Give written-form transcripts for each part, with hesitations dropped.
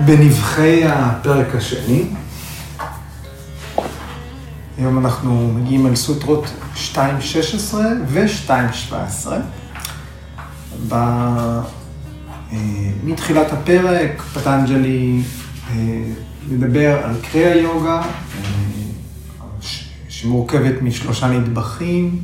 בנבחי הפרק השני. היום אנחנו מגיעים אל סוטרות 2.16 ו-2.17. מתחילת הפרק פטנג'לי מדבר על קריאה יוגה, שמורכבת משלושה נדבכים,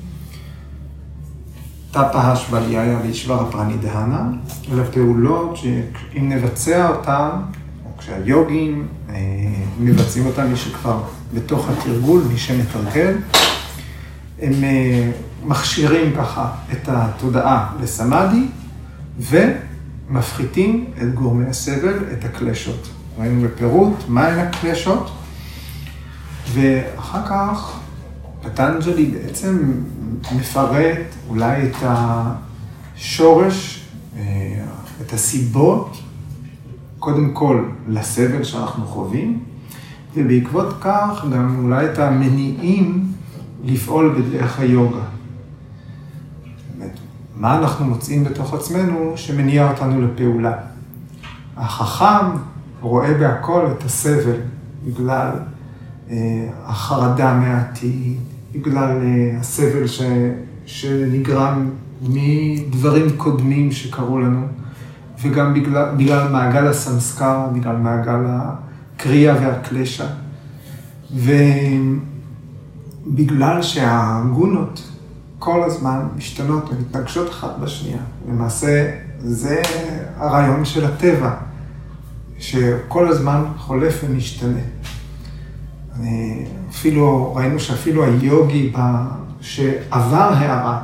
טאפה השוואלייה ואישברה פרנידהנה. אלה פעולות שאם נבצע אותן, או כשהיוגים מבצעים אותן, מי שכבר בתוך התרגול, מי שמתרגל, הם מכשירים ככה את התודעה לסמאדי, ומפחיתים את גורמי הסבל, את הקלשות. ראינו בפירוט מהן הקלשות, ואחר כך פטנג'לי בעצם מפרט אולי את השורש, את הסיבות, קודם כל לסבל שאנחנו חווים, ובעקבות כך גם אולי את המניעים לפעול בדרך היוגה. מה אנחנו מוצאים בתוך עצמנו שמניע אותנו לפעולה? החכם רואה בהכל את הסבל בגלל החרדה מהעתיד, בגלל הסבל שנגרם מדברים קודמים שקרו לנו, וגם בגלל מעגל הסמסקר, בגלל מעגל הקריאה והקלשה. ובגלל שהגונות כל הזמן משתנות ומתנגשות אחת בשנייה. למעשה זה הרעיון של הטבע, שכל הזמן חולף ומשתנה. אפילו, ראינו שאפילו היוגי שעבר הערה,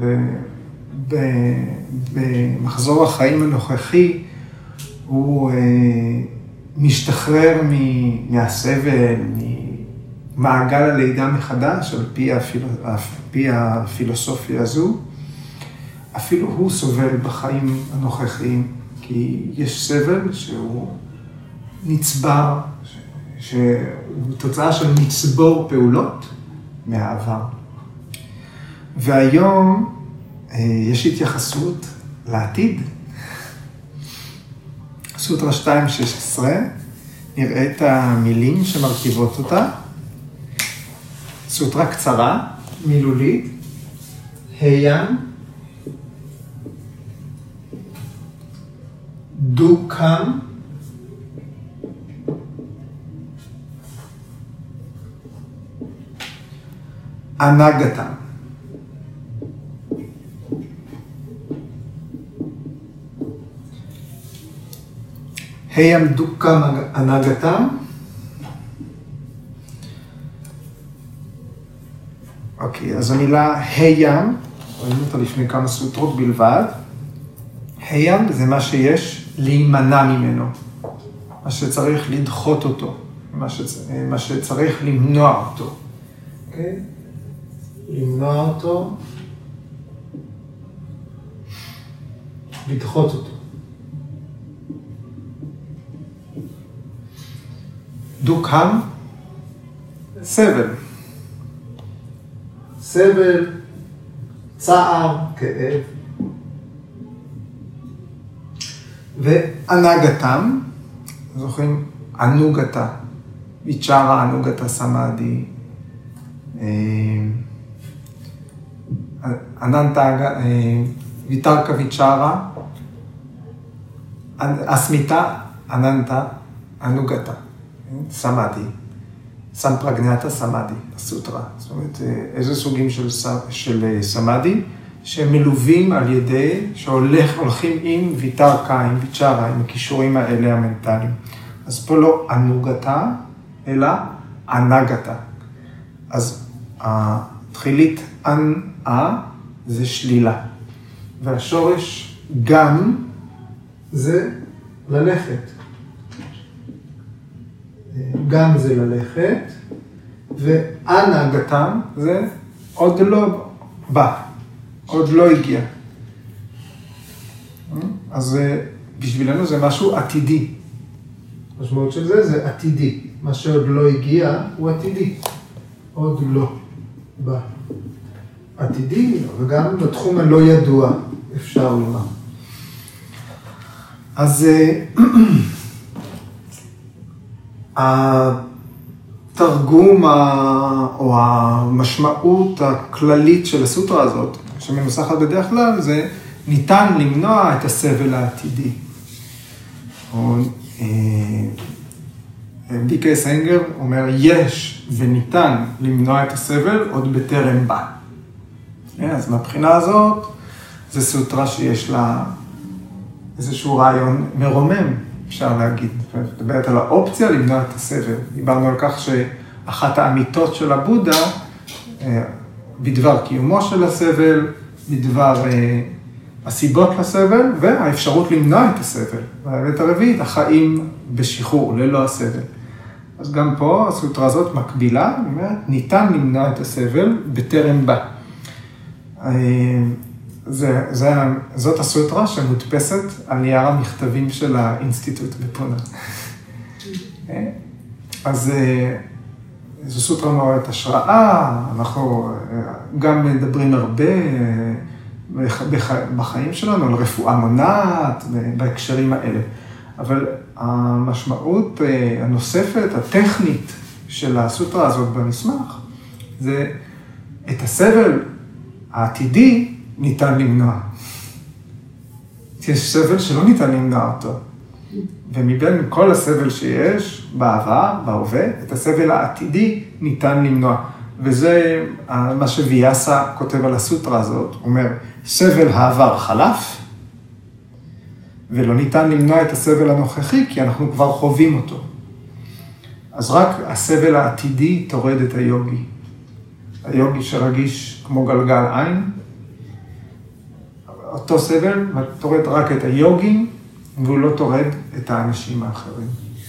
ובמחזור החיים הנוכחי, הוא משתחרר מהסבל, ממעגל הלידה מחדש, על פי הפילוסופיה הזו. אפילו הוא סובל בחיים הנוכחיים, כי יש סבל שהוא נצבר, שהוא תוצאה של מצבור פעולות מהעבר. והיום יש התייחסות לעתיד. סוטרה 2.16, נראה את המילים שמרכיבות אותה. סוטרה קצרה, מילולית, היאם, דוקם, אנגתם. היאם דוקם אנגתם. אוקיי, אז המילה היאם, ראינו אותה לפני כמה סוטרות בלבד. היאם זה מה שיש להימנע ממנו, מה שצריך לדחות אותו, מה שצריך למנוע אותו. אוקיי? למנוע אותו, לדחות אותו. דוקם, סבל. סבל, צער, כאב. ואנגתם, זוכרים? אנוגתה, ויצ'רה אנוגתה סמאדי, אננטה, ויתרקה ויצ'רה, אסמיתה, אננטה, אנוגתה, סמאדי, סמפרגנטה סמאדי, הסוטרה. זאת אומרת, איזה סוגים של סמאדי, שהם מלווים על ידי, שהולכים עם ויתרקה, עם ויצ'רה, עם הכישורים האלה המנטליים. אז פה לא אנוגתה, אלא אנגתה. אז התחילית אנאה זה שלילה. והשורש גם זה ללכת. גם זה ללכת, ואנגתם זה עוד לא בא. עוד לא הגיע. אז בשבילנו זה משהו עתידי. המשמעות של זה עתידי. מה שעוד לא הגיע הוא עתידי. עוד לא בא. עתידי, וגם בתחום הלא ידוע, אפשר לומר. אז התרגום או המשמעות הכללית של הסוטרה הזאת, שמנוסחת בדרך כלל, זה ניתן למנוע את הסבל העתידי. או B.K. סיינגר אומר, יש וניתן למנוע את הסבל עוד בטרם בא. אז מהבחינה הזאת, זו סוטרה שיש לה איזשהו רעיון מרומם, אפשר להגיד. מדברת על האופציה למנוע את הסבל. דיברנו על כך שאחת האמיתות של הבודה, בדבר קיומו של הסבל, בדבר הסיבות לסבל, והאפשרות למנוע את הסבל. והאמת הרביעית, החיים בשחרור, ללא הסבל. אז גם פה הסוטרה הזאת מקבילה, ניתן למנוע את הסבל בטרם בא. זאת הסוטרה שמודפסת על נייר המכתבים של האינסטיטוט בפונה. אז זו סוטרה מעוררת השראה, אנחנו גם מדברים הרבה בחיים שלנו על רפואה מונעת, בהקשרים האלה. אבל המשמעות הנוספת, הטכנית של הסוטרה הזאת במסמך, זה את הסבל העתידי ניתן למנוע. יש סבל שלא ניתן למנוע אותו. ומבין כל הסבל שיש בעבר, בהווה, את הסבל העתידי ניתן למנוע. וזה מה שוויאסה כותב על הסוטרה הזאת. הוא אומר, סבל העבר חלף, ולא ניתן למנוע את הסבל הנוכחי, כי אנחנו כבר חווים אותו. אז רק הסבל העתידי תורד את היוגי. היוגי שרגיש כמו גלגל עין, אותו סבל תורד רק את היוגים, והוא לא תורד את האנשים האחרים.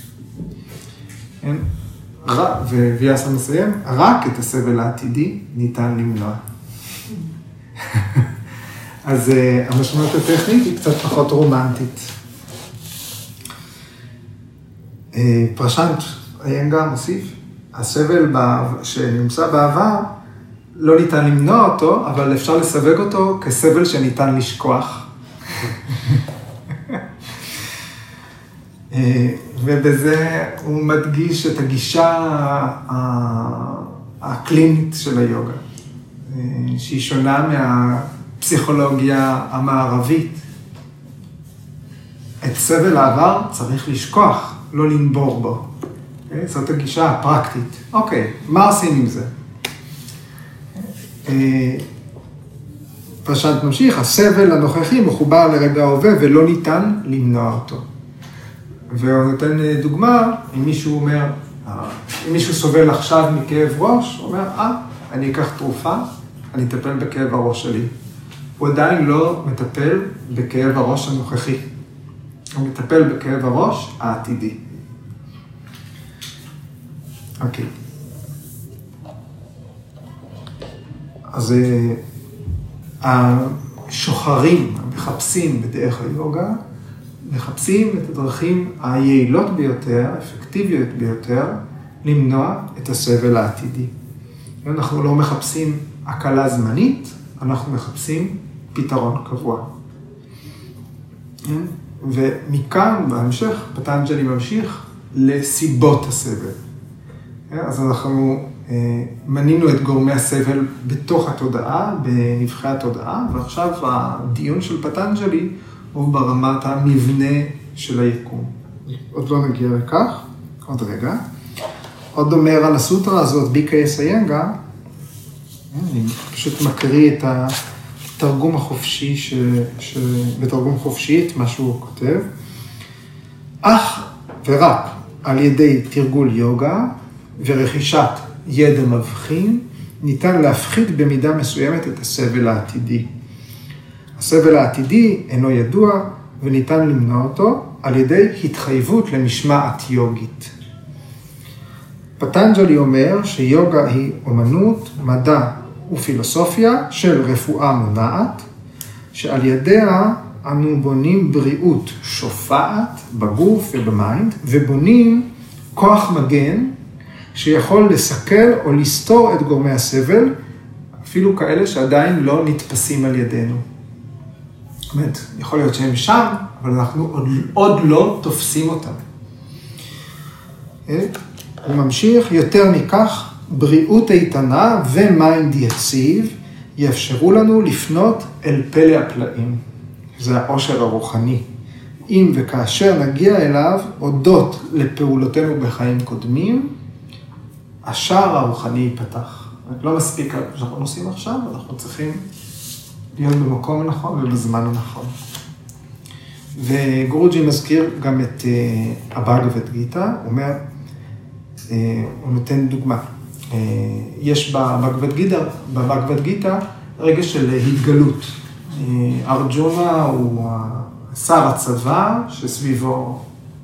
וויאסה מסיים, רק את הסבל העתידי ניתן למנוע. אז המשמעות הטכנית היא קצת פחות רומנטית. פרשנט איינגר מוסיף, הסבל שנמצא בעבר, לא ניתן למנוע אותו, אבל אפשר לסווג אותו כסבל שניתן לשכוח. ובזה הוא מדגיש את הגישה הקלינית של היוגה, שהיא שונה מהפסיכולוגיה המערבית. את סבל העבר צריך לשכוח, לא לנבור בו. זאת הגישה הפרקטית. אוקיי, מה עושים עם זה? פרשנט ממשיך, הסבל הנוכחי מחובר לרגע ההווה ולא ניתן למנוע אותו. והוא נותן דוגמה, אם מישהו סובל עכשיו מכאב ראש, הוא אומר, אני אקח תרופה, אני אטפל בכאב הראש שלי. הוא עדיין לא מטפל בכאב הראש הנוכחי. הוא מטפל בכאב הראש העתידי. אוקיי. אז השוחרים, המחפשים בדרך היוגה, מחפשים את הדרכים היעילות ביותר, האפקטיביות ביותר, למנוע את הסבל העתידי. אנחנו לא מחפשים הקלה זמנית, אנחנו מחפשים פתרון קבוע. ומכאן, בהמשך, פטנג'לי ממשיך לסיבות הסבל. אז אנחנו מנינו את גורמי הסבל בתוך התודעה, בנבחי התודעה, ועכשיו הדיון של פטנג'לי הוא ברמת המבנה של היקום. עוד לא נגיע לכך, עוד רגע. עוד אומר על הסוטרה הזאת, B.K. איינגר, אני פשוט מקריא את התרגום החופשי, בתרגום חופשי, את מה שהוא כותב. אך ורק על ידי תרגול יוגה ורכישת ידע מבחין, ניתן להפחית במידה מסוימת את הסבל העתידי. הסבל העתידי אינו ידוע וניתן למנוע אותו על ידי התחייבות למשמעת יוגית. פטנג'לי אומר שיוגה היא אומנות, מדע ופילוסופיה של רפואה מונעת, שעל ידיה אנו בונים בריאות שופעת בגוף ובמיינד, ובונים כוח מגן שיכול לסכל או לסתור את גורמי הסבל, אפילו כאלה שעדיין לא נתפסים על ידינו. זאת אומרת, יכול להיות שהם שם, אבל אנחנו עוד לא תופסים אותם. הוא ממשיך, יותר מכך, בריאות איתנה ומיינד יציב יאפשרו לנו לפנות אל פלא הפלאים. זה העושר הרוחני. אם וכאשר נגיע אליו, הודות לפעולותינו בחיים קודמים, השער הרוחני ייפתח. לא מספיק שאנחנו עושים עכשיו, אנחנו צריכים להיות במקום הנכון ובזמן הנכון. וגורוג'י מזכיר גם את הבאגבד גיטה, הוא אומר, הוא נותן דוגמה. יש בבאגבד גיטה רגע של התגלות. ארג'ונה הוא שר הצבא שסביבו,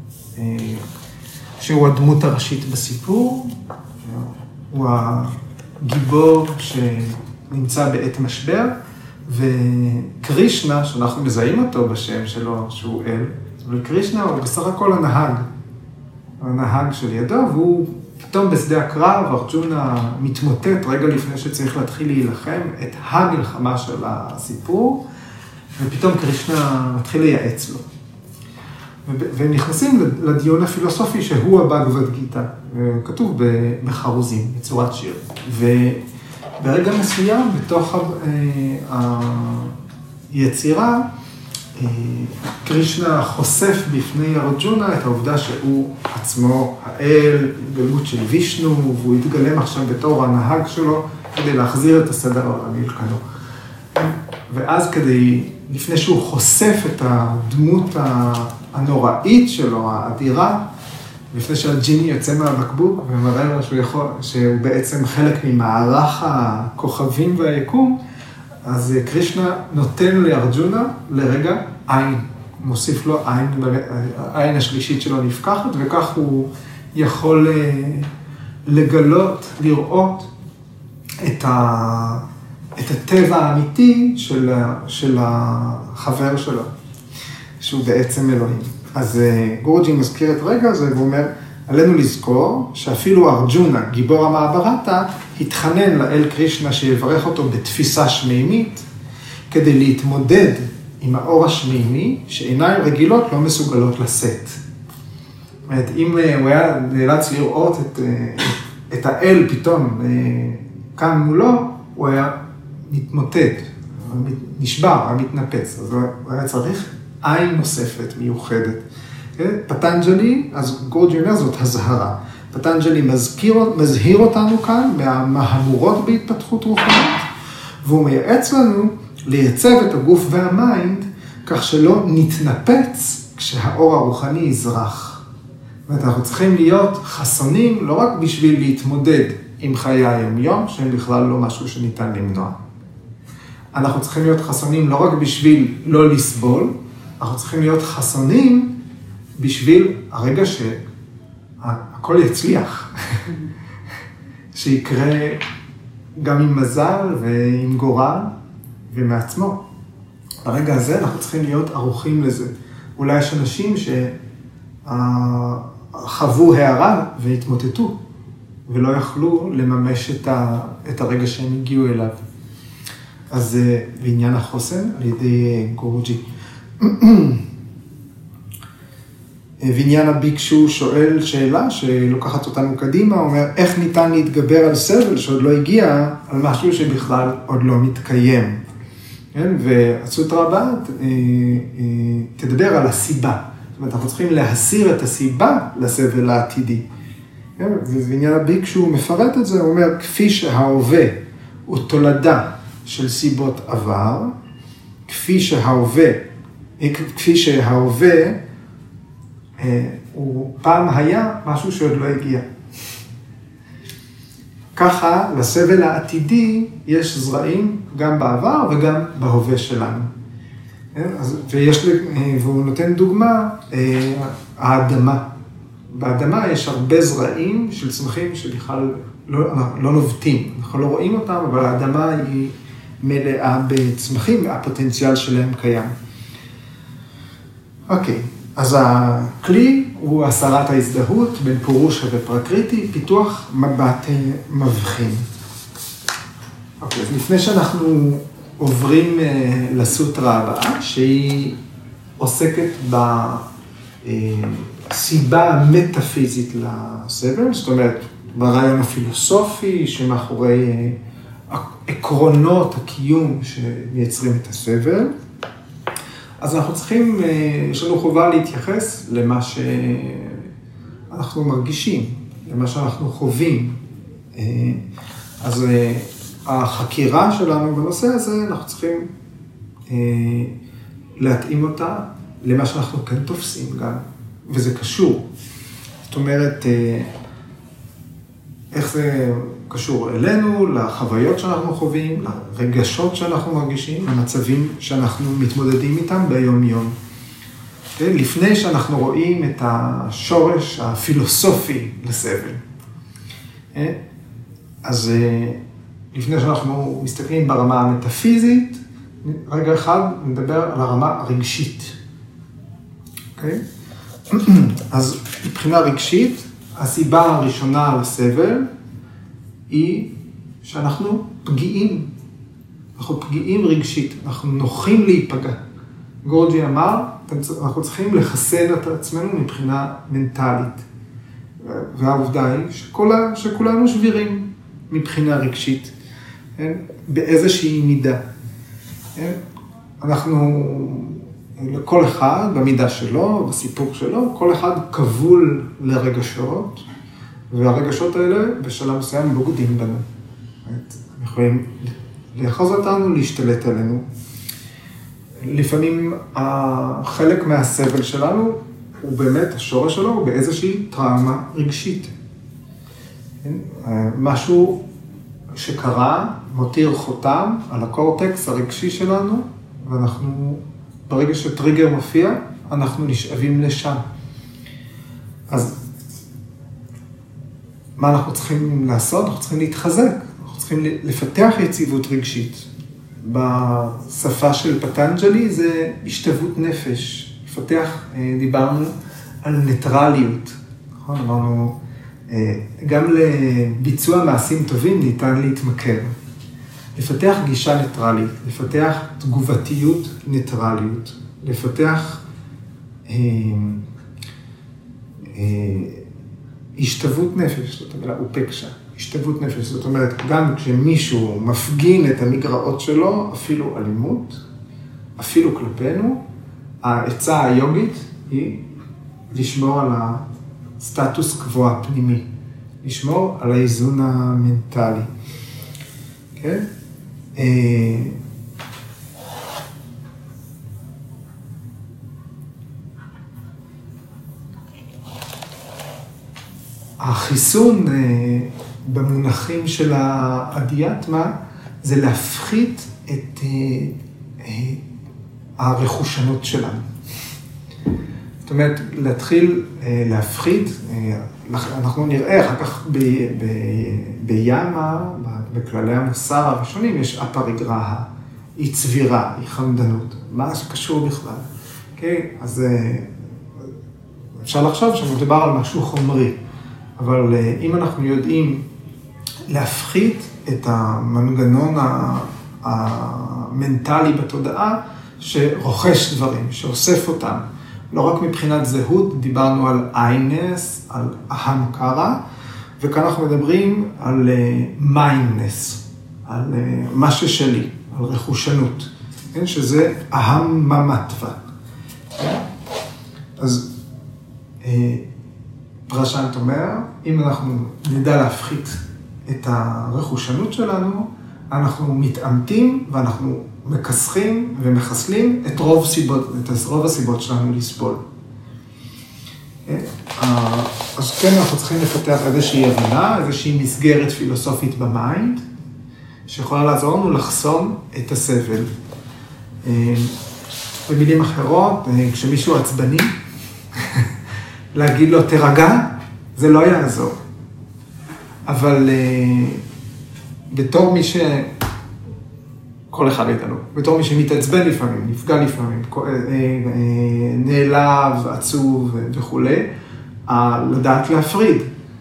שהוא הדמות הראשית בסיפור, הוא הגיבור שנמצא בעת משבר, וקרישנה, שאנחנו מזהים אותו בשם שלו, שהוא אל, אבל קרישנה הוא בסך הכל הנהג של ידו, והוא פתאום בשדה הקרב, ארג'ונה מתמוטט רגע לפני שצריך להתחיל להילחם את המלחמה של הסיפור, ופתאום קרישנה מתחיל לייעץ לו. והם נכנסים לדיון הפילוסופי שהוא הבאגבד גיטה, כתוב בחרוזים, בצורת שיר. וברגע מסוים, בתוך היצירה, קרישנה חושף בפני ארג'ונה את העובדה שהוא עצמו האל, גלות של וישנו, והוא יתגלם עכשיו בתור הנהג שלו, כדי להחזיר את הסדר העולמי לכאנו. ואז לפני שהוא חושף את הדמות הנוראית שלו, האדירה, לפני שהג'יני יוצא מהבקבוק ומראה לו שהוא בעצם חלק ממערך הכוכבים והיקום, אז קרישנה נותן לארג'ונה לרגע עין, מוסיף לו עין, העין השלישית שלו נפקחת, וכך הוא יכול לגלות, לראות את הטבע האמיתי של החבר שלו, שהוא בעצם אלוהים. אז גורוג'י מזכיר את רגע הזה ואומר, עלינו לזכור שאפילו ארג'ונה, גיבור המעברתה, התחנן לאל קרישנה שיברך אותו בתפיסה שמימית, כדי להתמודד עם האור השמימי, שעיניים רגילות לא מסוגלות לשאת. זאת אומרת, אם הוא היה נאלץ לראות את האל פתאום כאן מולו, הוא היה מתמוטט, נשבר, היה מתנפץ. אז הוא היה צריך עין נוספת, מיוחדת. פטנג'לי, אז גורוג'י אומר, זאת הזהרה. פטנג'לי מזהיר אותנו כאן מהמהמורות בהתפתחות רוחנית, והוא מייעץ לנו לייצב את הגוף והמיינד, כך שלא נתנפץ כשהאור הרוחני יזרח. זאת אומרת, אנחנו צריכים להיות חסונים, לא רק בשביל להתמודד עם חיי היום-יום, שהם בכלל לא משהו שניתן למנוע. אנחנו צריכים להיות חסונים לא רק בשביל לא לסבול, אנחנו צריכים להיות חסונים בשביל הרגע שהכל יצליח. שיקרה גם עם מזל ועם גורל ומעצמו. ברגע הזה אנחנו צריכים להיות ערוכים לזה. אולי יש אנשים שחוו הערה והתמוטטו, ולא יכלו לממש את הרגע שהם הגיעו אליו. אז בעניין החוסן, על ידי גורוג'י. ועניין הביקשו שואל שאלה שלוקחת אותנו קדימה, אומר, איך ניתן להתגבר על סבל שעוד לא הגיע, על משהו שבכלל עוד לא מתקיים. כן? והסוטרה הבאה תדבר על הסיבה. זאת אומרת, אנחנו צריכים להסיר את הסיבה לסבל העתידי. כן? ועניין הביקשו מפרט את זה, הוא אומר, כפי שההווה הוא תולדה של סיבות עבר, כפי שההווה הוא פעם היה משהו שעוד לא הגיע. ככה, לסבל העתידי יש זרעים גם בעבר וגם בהווה שלנו. והוא נותן דוגמה, האדמה. באדמה יש הרבה זרעים של צמחים שבכלל לא נובטים. אנחנו לא רואים אותם, אבל האדמה היא מלאה בצמחים, והפוטנציאל שלהם קיים. אוקיי. אז הכלי הוא הסרת ההזדהות בין פורושה ופרקריטי, פיתוח מבט מבחין. אוקיי, אז לפני שאנחנו עוברים לסוטרה הבאה, שהיא עוסקת סיבה מטאפיזית לסבל, זאת אומרת, ברעיון הפילוסופי שמאחורי עקרונות הקיום שמייצרים את הסבל, אז אנחנו צריכים, יש לנו חובה להתייחס למה שאנחנו מרגישים, למה שאנחנו חווים. אז החקירה שלנו בנושא הזה, אנחנו צריכים להתאים אותה למה שאנחנו כן תופסים גם, וזה קשור. זאת אומרת, איך זה קשור אלינו, לחוויות שאנחנו חווים, לרגשות שאנחנו מרגישים, למצבים שאנחנו מתמודדים איתם ביום-יום. לפני שאנחנו רואים את השורש הפילוסופי לסבל. אז לפני שאנחנו מסתכלים ברמה המטאפיזית, רגע אחד נדבר על הרמה הרגשית. אוקיי? אז מבחינה רגשית, הסיבה הראשונה לסבל היא שאנחנו פגיעים. אנחנו פגיעים רגשית, אנחנו נוחים להיפגע. גורג'י אמר, אנחנו צריכים לחסן את עצמנו מבחינה מנטלית. והעובדה היא שכולנו שבירים מבחינה רגשית, באיזושהי מידה. אנחנו, לכל אחד, במידה שלו, בסיפור שלו, כל אחד כבול לרגשות, והרגשות האלה בשלב מסוים בוגדים בנו. הם יכולים לאחוז אותנו, להשתלט עלינו. לפעמים חלק מהסבל שלנו, הוא באמת, השורש שלו הוא באיזושהי טראומה רגשית. משהו שקרה, מותיר חותם על הקורטקס הרגשי שלנו, ואנחנו, ברגע שטריגר מופיע, אנחנו נשאבים לשם. אז מה אנחנו צריכים לעשות? אנחנו צריכים להתחזק, אנחנו צריכים לפתח יציבות רגשית. בשפה של פטנג'לי זה השתוות נפש. לפתח, דיברנו על ניטרליות. נכון? אמרנו, גם לביצוע מעשים טובים ניתן להתמכר. לפתח גישה ניטרלית, לפתח תגובתיות ניטרליות, לפתח השתוות נפש, זאת אומרת, אופקשה, השתוות נפש, זאת אומרת, גם כשמישהו מפגין את המגרעות שלו, אפילו אלימות, אפילו כלפינו, העצה היוגית היא לשמור על הסטטוס קוו הפנימי, לשמור על האיזון המנטלי. כן? החיסון במונחים של האדיאטמה זה להפחית את הרכושנות שלנו. זאת אומרת, להתחיל להפחית, אנחנו נראה אחר כך בימה, בכללי המוסר הראשונים, יש אפריגרהה, היא צבירה, היא חמדנות, מה שקשור בכלל. אוקיי? אז אפשר לחשוב שמדובר על משהו חומרי, אבל אם אנחנו יודעים להפחית את המנגנון המנטלי בתודעה, שרוכש דברים, שאוסף אותם, לא רק מבחינת זהות, דיברנו על איינס, על אהמקרה, וכאן אנחנו מדברים על מיינדנס, על מה ששלי, על רכושנות, כן? שזה אהממטווה. אז פרשנט אומר, אם אנחנו נדע להפחית את הרכושנות שלנו, אנחנו מתאמתים ואנחנו מכסחים ומחסלים את רוב הסיבות שלנו לסבול. אז כן, אנחנו צריכים לפתח איזושהי הבנה, איזושהי מסגרת פילוסופית במיינד, שיכולה לעזור לנו לחסום את הסבל. במילים אחרות, כשמישהו עצבני, להגיד לו תרגע, זה לא יעזור. אבל בתור מי כל אחד איתנו, בתור מי שמתעצבן לפעמים, נפגע לפעמים, נעלב, עצוב וכו', לדעת להפריד.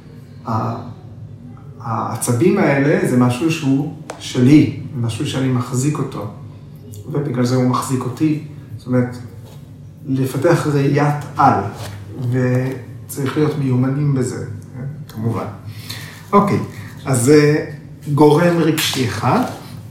העצבים האלה זה משהו שהוא שלי, משהו שאני מחזיק אותו, ובגלל זה הוא מחזיק אותי. זאת אומרת, לפתח ראיית על, וצריך להיות מיומנים בזה, כמובן. אוקיי, אז זה גורם רגשי אחד,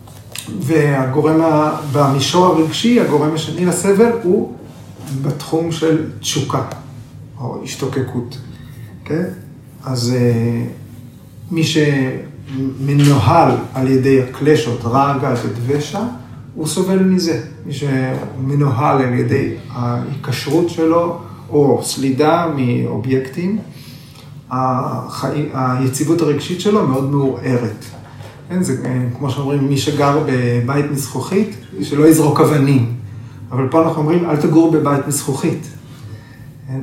במישור הרגשי, הגורם השני לסבל הוא בתחום של תשוקה, או השתוקקות. כן? אז מי שמנוהל על ידי הקלשות, רגע ודבשה, הוא סובל מזה. מי שמנוהל על ידי ההיקשרות שלו, או סלידה מאובייקטים, היציבות הרגשית שלו מאוד מעורערת. כן? זה כמו שאומרים, מי שגר בבית מזכוכית, שלא יזרוק אבנים. אבל פה אנחנו אומרים, אל תגור בבית מזכוכית. כן?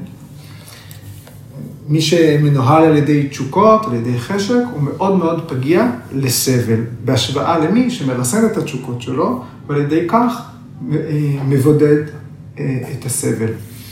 מי שמנוהל על ידי תשוקות, על ידי חשק, הוא מאוד מאוד פגיע לסבל, בהשוואה למי שמרסן את התשוקות שלו, ועל ידי כך מבודד את הסבל.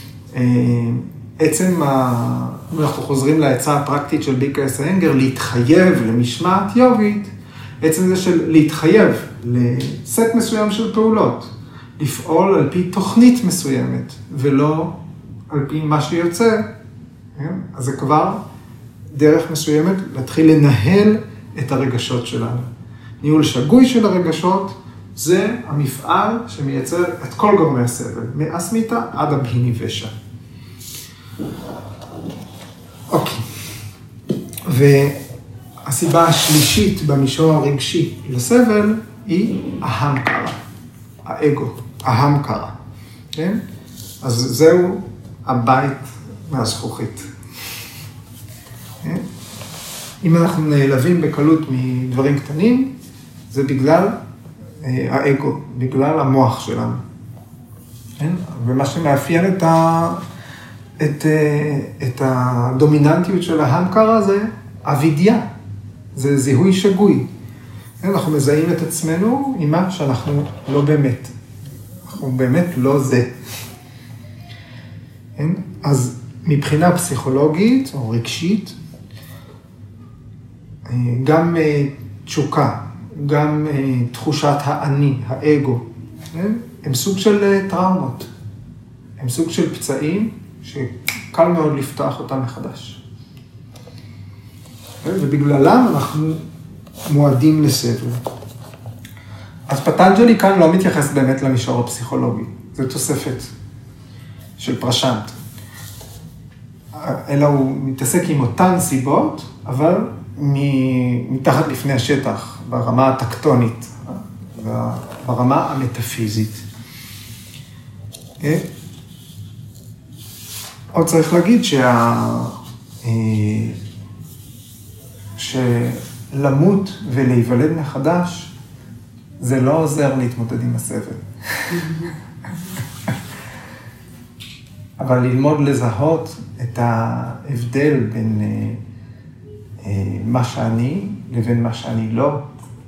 עצם, אם אנחנו חוזרים להצעה הפרקטית של ביקרס האנגר, להתחייב למשמעת יוגית, עצם זה של להתחייב לסט מסוים של פעולות, לפעול על פי תוכנית מסוימת, ולא על פי מה שיוצא, אז זה כבר דרך מסוימת להתחיל לנהל את הרגשות שלנו. ניהול שגוי של הרגשות זה המפעל שמייצר את כל גורמי הסבל, מאסמיתה עד הבהיניבשה. אוקיי. והסיבה השלישית במישור הרגשי לסבל היא ההמקרה, האגו, ההמקרה. כן? אז זהו הבית מהזכוכית. אם אנחנו נעלבים בקלות מדברים קטנים, זה בגלל האגו, בגלל המוח שלנו. ומה שמאפיין את הדומיננטיות של ההמקרה זה אבידיה, זה זיהוי שגוי. אנחנו מזהים את עצמנו עם מה שאנחנו לא באמת. אנחנו באמת לא זה. אז מבחינה פסיכולוגית או רגשית, גם תשוקה, גם תחושת האני, האגו, הם סוג של טראומות, הם סוג של פצעים שקל מאוד לפתוח אותם מחדש. ובגללם אנחנו מועדים לסבל. אז פטנג'לי כאן לא מתייחס באמת למישור הפסיכולוגי, זה תוספת של פרשנט. אלא הוא מתעסק עם אותן סיבות, אבל מתחת לפני השטח, ברמה הטקטונית, ברמה המטאפיזית. עוד צריך להגיד שלמות ולהיוולד מחדש, זה לא עוזר להתמודד עם הסבל. אבל ללמוד לזהות את ההבדל בין מה שאני לבין מה שאני לא,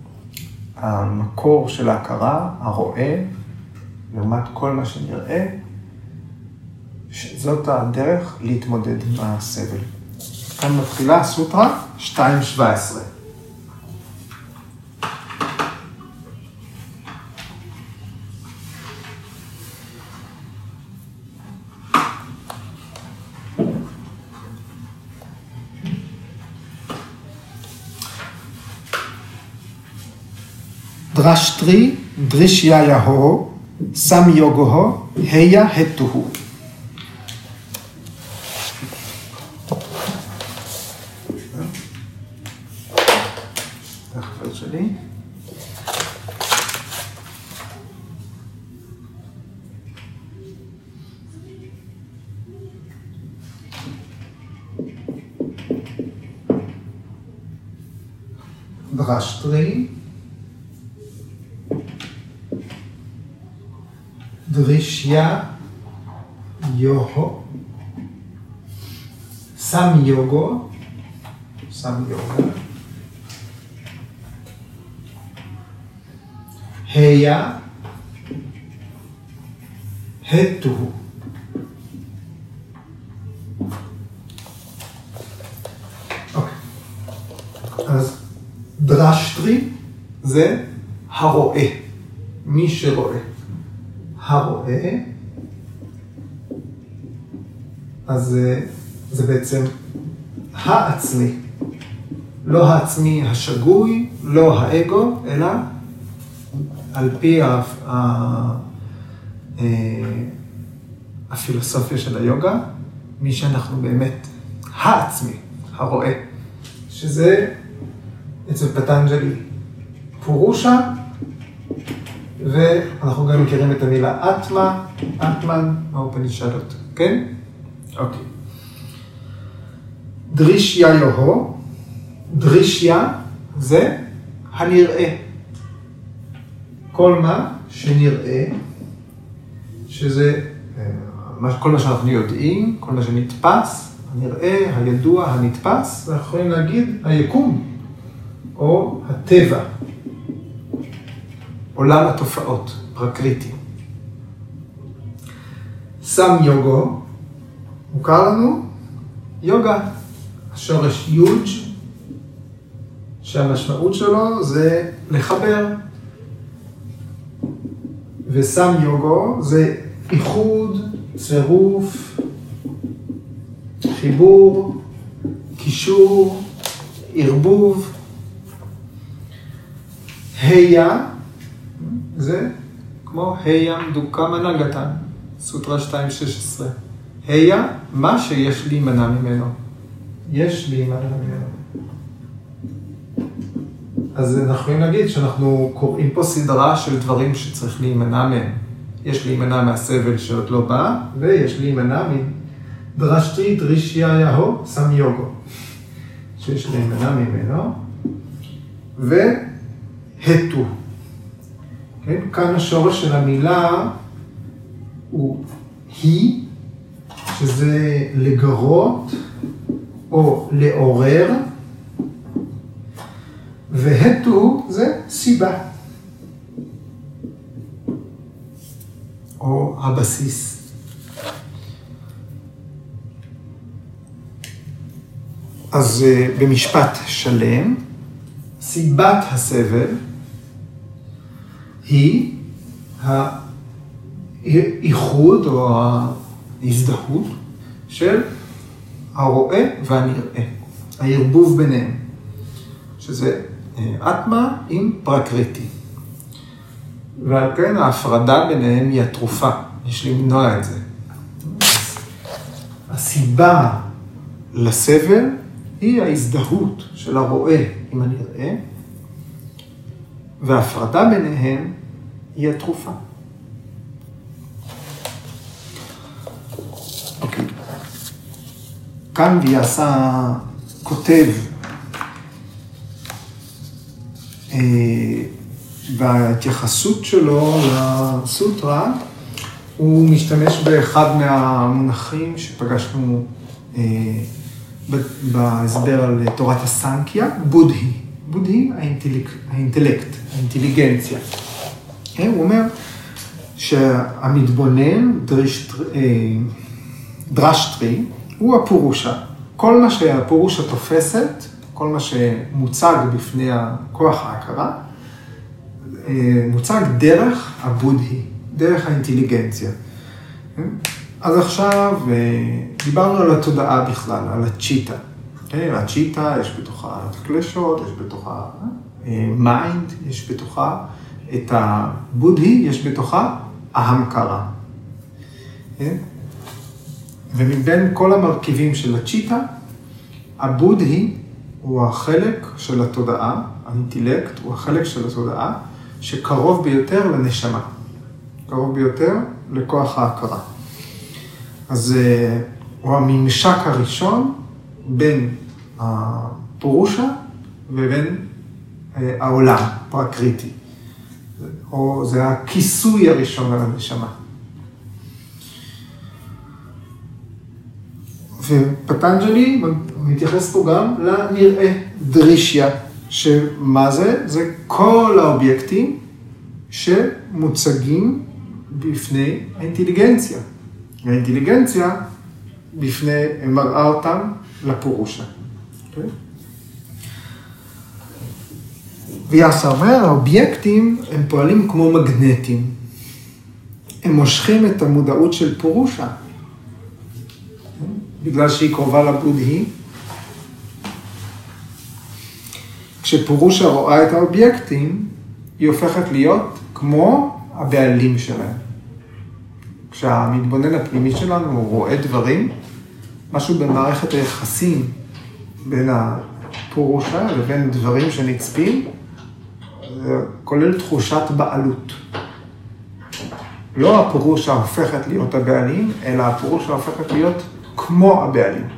המקור של ההכרה, הרואה, לעומת כל מה שנראה, זאת הדרך להתמודד עם הסבל. כאן מתחילה סוטרה 2.17. דרשטרי דרישייהו סמיוגו היה התוהו. תחפש שלי. דרשטרי דרישיה יוהו סמיוגו היה התוהו. אז דרשטרי זה הרואה, מי שרואה. הרואה, אז זה בעצם העצמי. לא העצמי השגוי, לא האגו, אלא על פי הפילוסופיה של היוגה, מי שאנחנו באמת העצמי, הרואה, שזה אצל פטנג'לי פורושה, ואנחנו גם מכירים את המילה אטמה, אטמן, האופנישדות, כן? אוקיי. דרישיה יוהו, דרישיה זה הנראה. כל מה שנראה, שזה כל מה שאנחנו יודעים, כל מה שנתפס, הנראה, הידוע, הנתפס, אנחנו יכולים להגיד היקום, או הטבע, עולם התופעות, פרקריטי. סם יוגו, מוכר לנו, יוגה, השורש יוג' שהמשמעות שלו זה לחבר. וסם יוגו זה איחוד, צירוף, חיבור, קישור, ערבוב. היה זה כמו היה דוקה מנגתן, סוטרה 2.16. היה מה שיש להימנע ממנו. יש להימנע ממנו. אז אנחנו יכולים להגיד שאנחנו קוראים פה סדרה של דברים שצריך להימנע מהם. יש להימנע מהסבל שעוד לא בא, ויש להימנע מדרשתי דרישיה יהו סם יוגו, שיש להימנע ממנו, והתו. כן? כאן השורש של המילה הוא היא, שזה לגרות או לעורר, והתו זה סיבה, או הבסיס. אז במשפט שלם, סיבת הסבל היא האיחוד או ההזדהות של הרואה והנראה, הערבוב ביניהם, שזה אטמה עם פרקריטי. ועל כן ההפרדה ביניהם היא התרופה, יש למנוע את זה. הסיבה לסבל היא ההזדהות של הרואה עם הנראה, וההפרדה ביניהם היא התרופה. אוקיי. כאן ויאסה כותב בהתייחסות שלו לסוטרה, הוא משתמש באחד מהמונחים שפגשנו בהסבר על תורת הסנקיה, בודהי. בודהי, האינטלקט, האינטליגנציה. הוא אומר שהמתבונן, דרשטרי, הוא הפורושה. כל מה שהפורושה תופסת, כל מה שמוצג בפני כוח ההכרה, מוצג דרך הבודהי, דרך האינטליגנציה. אז עכשיו דיברנו על התודעה בכלל, על הצ'יטה. הצ'יטה, יש בתוכה את הקלשות, יש בתוכה מיינד, יש בתוכה את הבודהי, יש בתוכה ההמקרה. ומבין כל המרכיבים של הצ'יטה, הבודהי הוא החלק של התודעה, האינטלקט הוא החלק של התודעה, שקרוב ביותר לנשמה, קרוב ביותר לכוח ההכרה. אז הוא הממשק הראשון בין הפורושה ובין העולם, פרקריטי. או זה הכיסוי הראשון על הנשמה. ופטנג'לי מתייחס פה גם לנראה דרישיה, שמה זה? זה כל האובייקטים שמוצגים בפני האינטליגנציה. והאינטליגנציה מראה אותם לפורושה. Okay? ויאסה אומר, האובייקטים הם פועלים כמו מגנטים. הם מושכים את המודעות של פורושה. Okay? בגלל שהיא קרובה לבודהי. כשפורושה רואה את האובייקטים, היא הופכת להיות כמו הבעלים שלהם. כשהמתבונן הפנימי שלנו רואה דברים, משהו במערכת היחסים בין הפורושה לבין דברים שנצפים, זה כולל תחושת בעלות. לא הפורושה הופכת להיות הבעלים, אלא הפורושה הופכת להיות כמו הבעלים.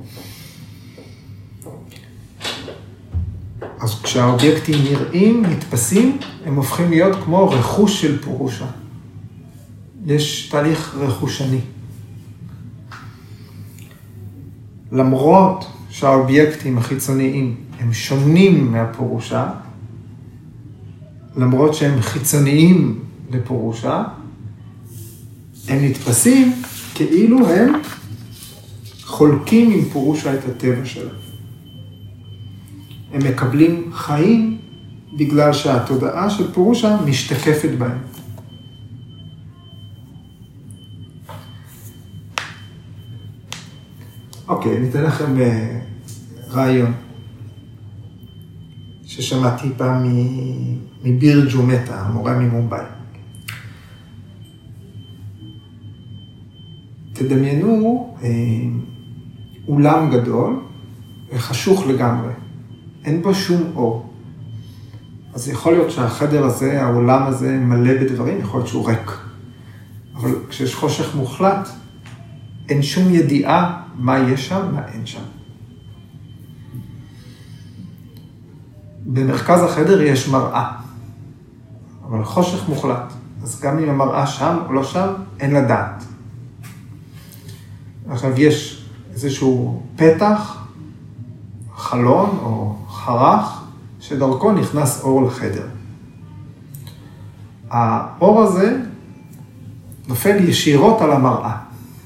אז כשהאובייקטים נראים, נתפסים, הם הופכים להיות כמו רכוש של פורושה. יש תהליך רכושני. למרות שהאובייקטים החיצוניים הם שונים מהפורושה, למרות שהם חיצוניים לפורושה, הם נתפסים כאילו הם חולקים עם פורושה את הטבע שלהם. הם מקבלים חיים בגלל שהתודעה של פורושה משתקפת בהם. אוקיי, ניתן לכם רעיון ששמעתי פעם מבירג'ו מטה, המורה ממומביי. תדמיינו אולם גדול וחשוך לגמרי, אין בו שום אור. אז יכול להיות שהחדר הזה, העולם הזה מלא בדברים, יכול להיות שהוא ריק. אבל כשיש חושך מוחלט, אין שום ידיעה מה יש שם, מה אין שם. במרכז החדר יש מראה, אבל חושך מוחלט. אז גם אם המראה שם או לא שם, אין לדעת. עכשיו יש איזשהו פתח, חלון או חרך, שדרכו נכנס אור לחדר. האור הזה נופל ישירות על המראה.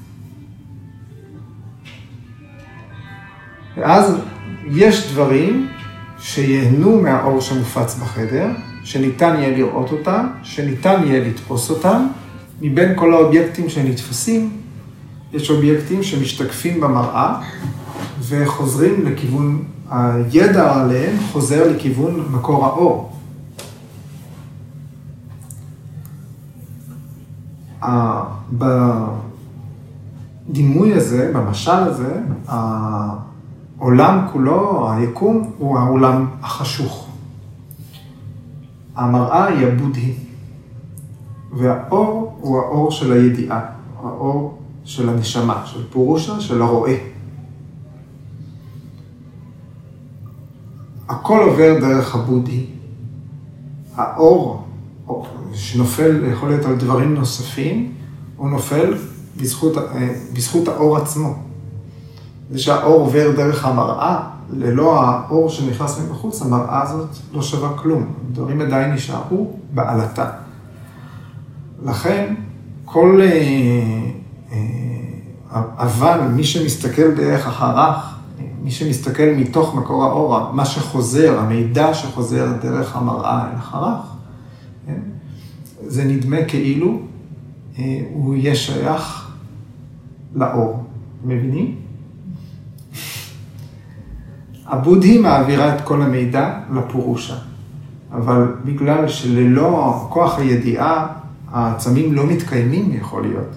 ואז יש דברים שיהנו מהאור שמופץ בחדר, שניתן יהיה לראות אותם, שניתן יהיה לתפוס אותם. מבין כל האובייקטים שנתפסים, יש אובייקטים שמשתקפים במראה וחוזרים לכיוון, הידע עליהם חוזר לכיוון מקור האור. בדימוי הזה, במשל הזה, העולם כולו, היקום, הוא העולם החשוך. המראה היא הבודהי, והאור הוא האור של הידיעה, האור של הנשמה, של פורושה, של הרואה. הכל עובר דרך הבודהי. האור שנופל יכול להיות על דברים נוספים, הוא נופל בזכות האור עצמו. זה שהאור עובר דרך המראה, ללא האור שנכנס מבחוץ, המראה הזאת לא שווה כלום. דברים עדיין נשארו בעלתה. לכן, כל אבל מי שמסתכל דרך החרך, מי שמסתכל מתוך מקור האור, מה שחוזר, המידע שחוזר דרך המראה אל החרך, זה נדמה כאילו הוא יהיה שייך לאור. מבינים? הבודהי מעבירה את כל המידע לפורושה, אבל בגלל שללא כוח הידיעה, העצמים לא מתקיימים יכול להיות.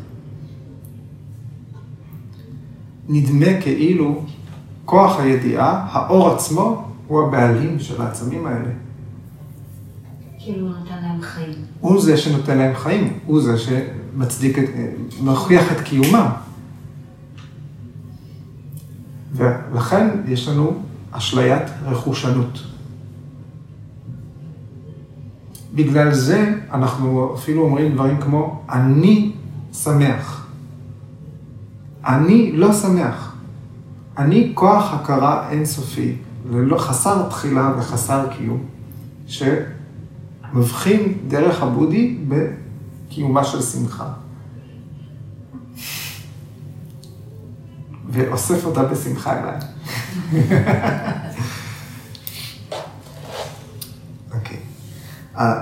נדמה כאילו כוח הידיעה, האור עצמו, הוא הבעלים של העצמים האלה. כאילו הוא נותן להם חיים. הוא זה שנותן להם חיים, הוא זה שמצדיק, מוכיח את קיומם. ולכן יש לנו אשליית רכושנות. בגלל זה אנחנו אפילו אומרים דברים כמו, אני שמח. אני לא שמח. אני כוח הכרה אינסופי, ללא חסר תחילה וחסר קיום, שמבחין דרך הבודהי בקיומה של שמחה. ואוסף אותה בשמחה אליי. אוקיי.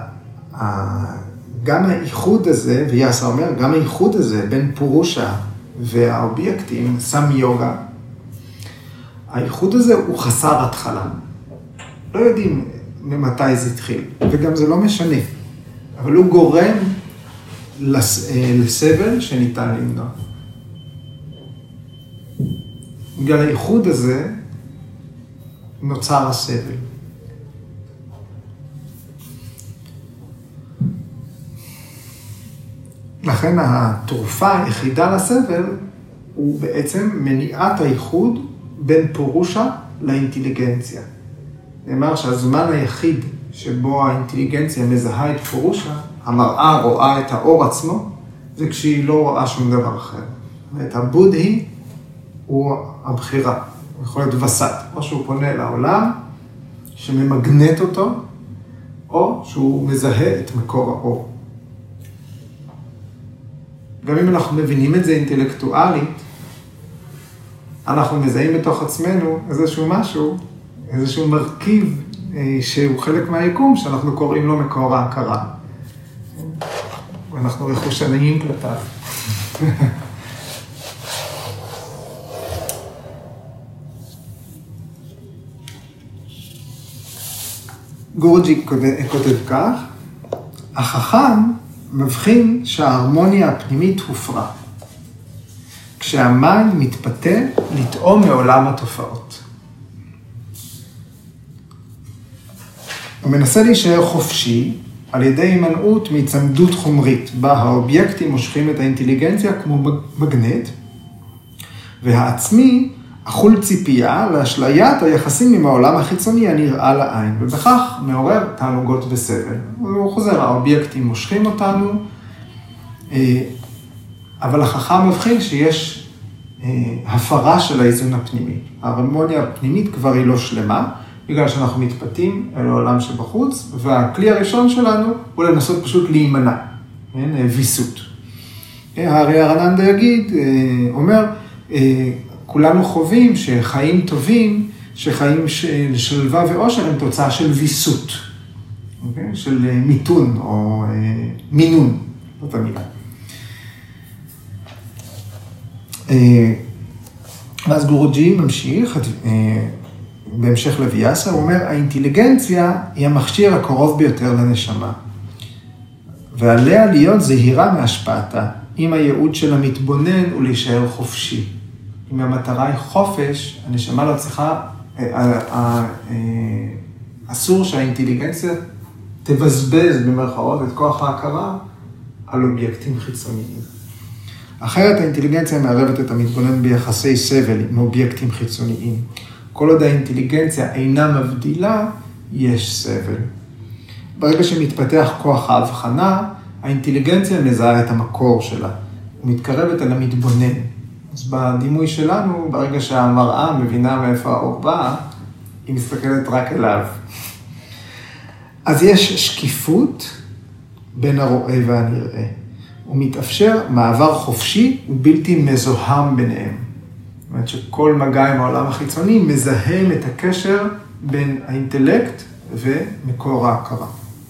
גם האיחוד הזה, ויאסר אומר, גם האיחוד הזה בין פורושה והאובייקטים, סם-יוגה, הייחוד הזה הוא חסר התחלה. לא יודעים ממתי זה התחיל, וגם זה לא משנה. אבל הוא גורם לסבל שניתן למנוע. בגלל הייחוד הזה נוצר הסבל. לכן התרופה היחידה לסבל הוא בעצם מניעת הייחוד בין פורושה לאינטליגנציה. נאמר שהזמן היחיד שבו האינטליגנציה מזהה את פורושה, המראה רואה את האור עצמו, זה כשהיא לא רואה שום דבר אחר. ואת הבודהי הוא הבחירה, הוא יכול להיות וסת, או שהוא פונה לעולם שממגנט אותו, או שהוא מזהה את מקור האור. גם אם אנחנו מבינים את זה אינטלקטואלית, אנחנו מזהים בתוך עצמנו איזשהו משהו, איזשהו מרכיב שהוא חלק מהיקום, שאנחנו קוראים לו מקור ההכרה. ואנחנו רכושניים כלפיו. גורג'י כותב כך, החכם מבחין שההרמוניה הפנימית הופרה, כשהמיינד מתפתה לטעום מעולם התופעות. הוא מנסה להישאר חופשי על ידי הימנעות מהצמדות חומרית, בה האובייקטים מושכים את האינטליגנציה כמו מגנט, והעצמי אכול ציפייה לאשליית היחסים עם העולם החיצוני הנראה לעין, ובכך מעורר תענוגות וסבל. הוא חוזר, האובייקטים מושכים אותנו, אבל החכם מבחין שיש הפרה של האיזון הפנימי. ההרמוניה הפנימית כבר היא לא שלמה, בגלל שאנחנו מתפתים אל העולם שבחוץ, והכלי הראשון שלנו הוא לנסות פשוט להימנע, ויסות. הארי ארננדה יגיד, אומר, כולנו חווים שחיים טובים, שחיים של שלווה ואושר הם תוצאה של ויסות, של מיתון או מינון, זאת המילה. ואז גורג'י ממשיך, בהמשך לויאסה, הוא אומר, האינטליגנציה היא המכשיר הקרוב ביותר לנשמה, ועליה להיות זהירה מהשפעתה, אם הייעוד של המתבונן הוא להישאר חופשי. אם המטרה היא חופש, הנשמה לא צריכה, אסור שהאינטליגנציה תבזבז במרכאות את כוח ההכרה על אובייקטים חיצוניים. אחרת האינטליגנציה מערבת את המתבונן ביחסי סבל עם אובייקטים חיצוניים. כל עוד האינטליגנציה אינה מבדילה, יש סבל. ברגע שמתפתח כוח ההבחנה, האינטליגנציה מזהה את המקור שלה, ומתקרבת אל המתבונן. אז בדימוי שלנו, ברגע שהמראה מבינה מאיפה האור בא, היא מסתכלת רק אליו. אז יש שקיפות בין הרואה והנראה. הוא מתאפשר מעבר חופשי ובלתי מזוהם ביניהם. זאת אומרת שכל מגע עם העולם החיצוני מזהם את הקשר בין האינטלקט ומקור ההכרה.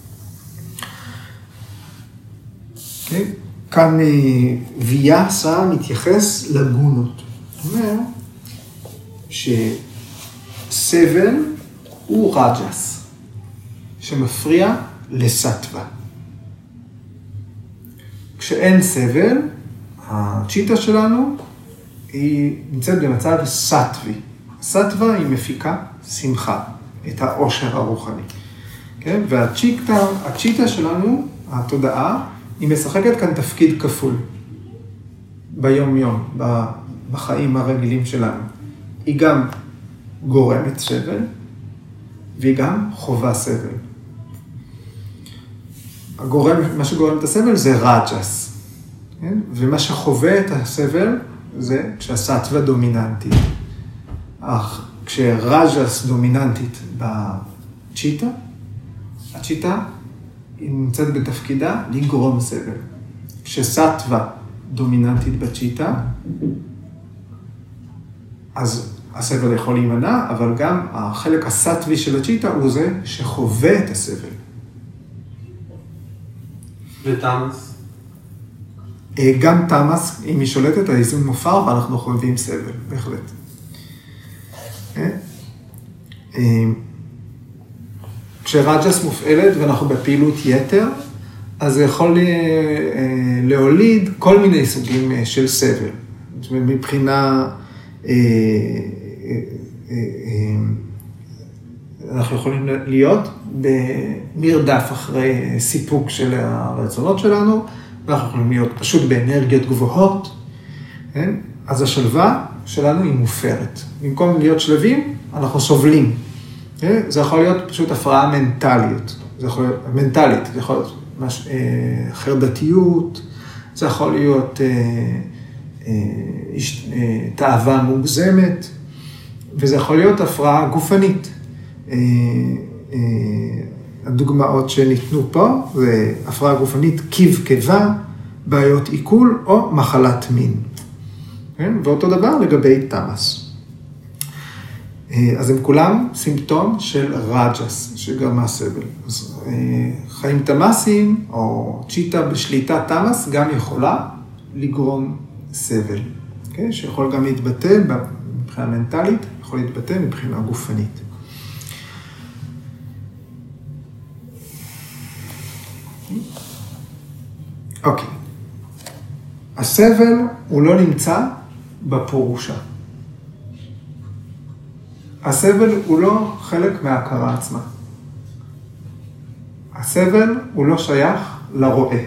Okay. כאן ויאסה מתייחס לגונות. זאת אומרת שסבל הוא רג'ס, שמפריע לסטווה. כשאין סבל, הצ'יטה שלנו היא נמצאת במצב סטווי. סטווה היא מפיקה שמחה, את העושר הרוחני. כן? והצ'יטה שלנו, התודעה, היא משחקת כאן תפקיד כפול. ביום-יום, בחיים הרגילים שלנו. היא גם גורמת סבל, והיא גם חובה סבל. מה שגורם את הסבל זה רג'ס. כן? ומה שחווה את הסבל זה כשהסטווה דומיננטית. אך כשרג'ס דומיננטית בצ'יטה, הצ'יטה היא נמצאת בתפקידה לגרום סבל. כשסטווה דומיננטית בצ'יטה, אז הסבל יכול להימנע, אבל גם החלק הסטווי של הצ'יטה הוא זה שחווה את הסבל. ותאמס? גם תמאס, אם היא שולטת, האיזון מופר, ואנחנו חווים סבל, בהחלט. כשרג'ס מופעלת ואנחנו בפעילות יתר, אז זה יכול להוליד כל מיני סוגים של סבל. זאת אומרת, מבחינה, אנחנו יכולים להיות במרדף אחרי סיפוק של הרצונות שלנו, ואנחנו יכולים להיות פשוט באנרגיות גבוהות, כן? אז השלווה שלנו היא מופרת. במקום להיות שלווים, אנחנו סובלים. כן? זה יכול להיות פשוט הפרעה מנטלית. זה יכול להיות מנטלית, זה יכול להיות חרדתיות, זה יכול להיות תאווה מוגזמת, וזה יכול להיות הפרעה גופנית. הדוגמאות שניתנו פה זה הפרעה גופנית קבקבה, בעיות עיכול או מחלת מין. כן? ואותו דבר לגבי תמאס. אז הם כולם סימפטום של רג'ס, שגרמה סבל. אז חיים תמאסיים או צ'יטה בשליטה תמאס גם יכולה לגרום סבל. כן? שיכול גם להתבטא מבחינה מנטלית, יכול להתבטא מבחינה גופנית. אוקיי. הסבל הוא לא נמצא בפורושה. הסבל הוא לא חלק מההכרה עצמה. הסבל הוא לא שייך לרואה.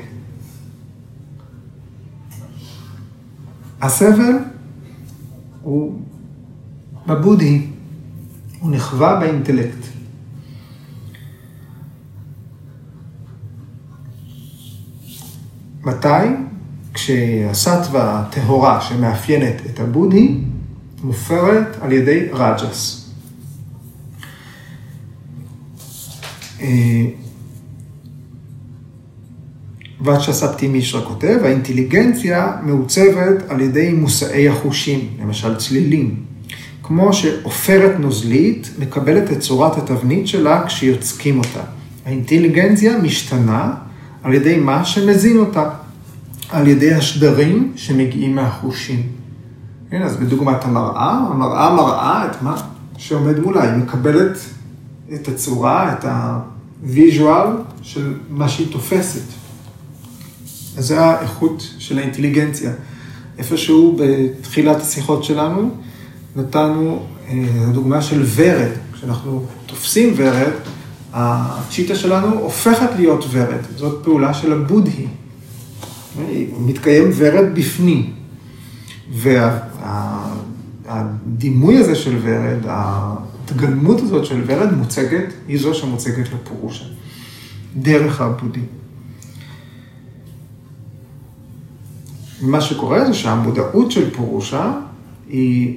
הסבל הוא בבודהי, הוא נחווה באינטלקט. מתי? כשהסטווה הטהורה שמאפיינת את הבודהי מופרת על ידי רג'ס. ואצ'ספטי מישרה כותב, האינטליגנציה מעוצבת על ידי מושאי החושים, למשל צלילים, כמו שעופרת נוזלית מקבלת את צורת התבנית שלה כשיוצקים אותה. האינטליגנציה משתנה על ידי מה שמזין אותה, על ידי השדרים שמגיעים מהחושים. כן, אז בדוגמת המראה מראה את מה שעומד מולה, היא מקבלת את הצורה, את הוויז'ואל של מה שהיא תופסת. אז זה האיכות של האינטליגנציה. איפשהו בתחילת השיחות שלנו, נתנו הדוגמה של ורד. כשאנחנו תופסים ורד, הצ'יטה שלנו הופכת להיות ורד. זאת פעולה של הבודהי. מתקיים ורד בפנים. והדימוי הזה של ורד, ההתגלמות הזאת של ורד מוצגת, היא זו שמוצגת לפורושה. דרך הבודהי. מה שקורה זה שהמודעות של פורושה היא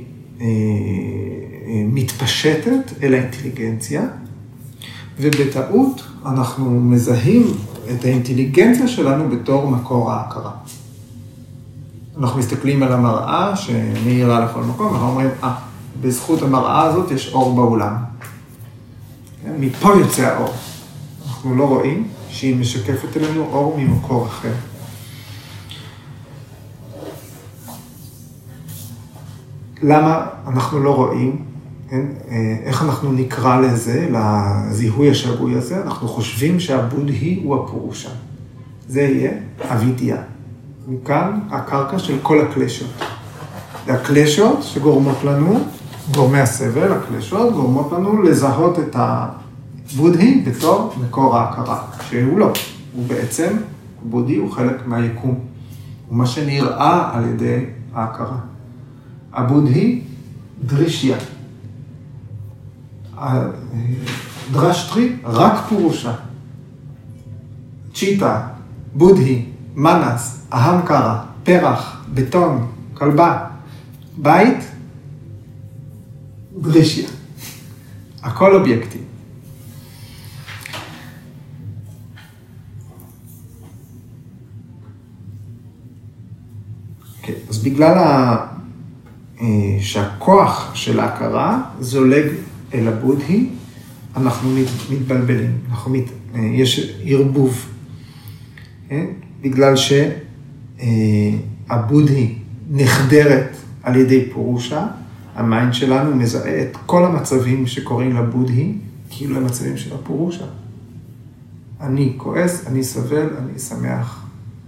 מתפשטת אל האינטליגנציה, ובטעות אנחנו מזהים את האינטליגנציה שלנו בתור מקור ההכרה. אנחנו מסתכלים על המראה שמאירה לכל מקום, אנחנו אומרים, בזכות המראה הזאת יש אור בעולם. מפה יוצא האור. אנחנו לא רואים שהיא משקפת אלינו אור ממקור אחר. למה אנחנו לא רואים? איך אנחנו נקרא לזה, לזיהוי השגוי הזה? אנחנו חושבים שהבודהי הוא הפורושה. זה יהיה אבידיה. מכאן הקרקע של כל הקלשות. הקלשות שגורמות לנו, גורמי הסבל, הקלשות, גורמות לנו לזהות את הבודהי בתור מקור ההכרה. שהוא לא. הוא בעצם, הבודהי הוא חלק מהיקום. הוא מה שנראה על ידי ההכרה. הבודהי דרישיה. דרשטרי רק פורושה. צ'יטה, בודהי, מנס, אהמקרה, פרח, בטון, כלבה, בית, דרישיה. הכל אובייקטי. Okay, אז בגלל שהכוח של ההכרה זולג אל הבודהי, אנחנו מתבלבלים, יש ערבוב. בגלל הבודהי נחדרת על ידי פורושה, המיינד שלנו מזהה את כל המצבים שקוראים לבודהי, כאילו הם מצבים של הפורושה. אני כועס, אני סבל, אני שמח.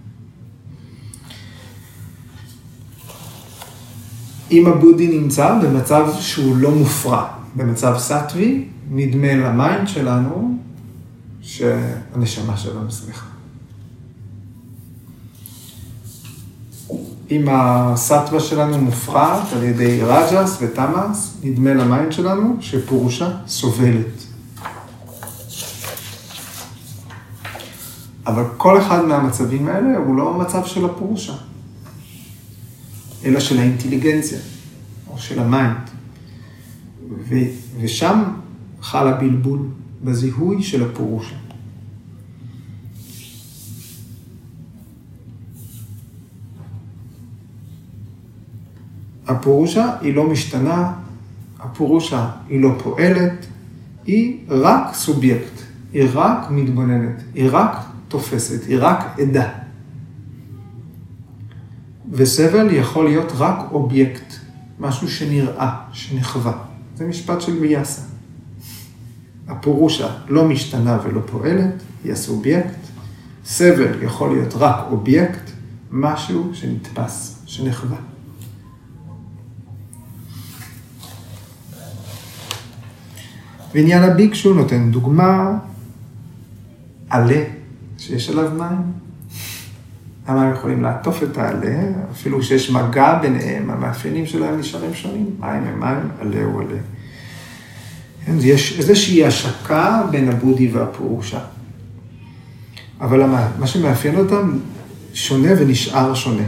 אם הבודהי נמצא במצב שהוא לא מופרע, במצב סטווי, נדמה למיינד שלנו שהנשמה שלנו שמחה. אם הסטווה שלנו מופרעת על ידי רג'ס ותמאס, נדמה למיינד שלנו שפורושה סובלת. אבל כל אחד מהמצבים האלה הוא לא המצב של הפורושה, אלא של האינטליגנציה, או של המיינד. ושם חל הבלבול בזיהוי של הפורושה. הפורושה היא לא משתנה, הפורושה היא לא פועלת, היא רק סובייקט, היא רק מתבוננת, היא רק תופסת, היא רק עדה. וסבל יכול להיות רק אובייקט, משהו שנראה, שנחווה. זה משפט של ויאסה. הפורושה לא משתנה ולא פועלת, היא הסובייקט. סבל יכול להיות רק אובייקט, משהו שנתפס, שנחווה. ועניין הביקשו נותן דוגמה, עלה שיש עליו מים. המים יכולים לעטוף את העלה, אפילו שיש מגע ביניהם, המאפיינים שלהם נשארים שונים. מים הם מים, עלה הוא עלה. יש איזושהי השקה בין הבודהי והפורושה. אבל מה שמאפיין אותם שונה ונשאר שונה.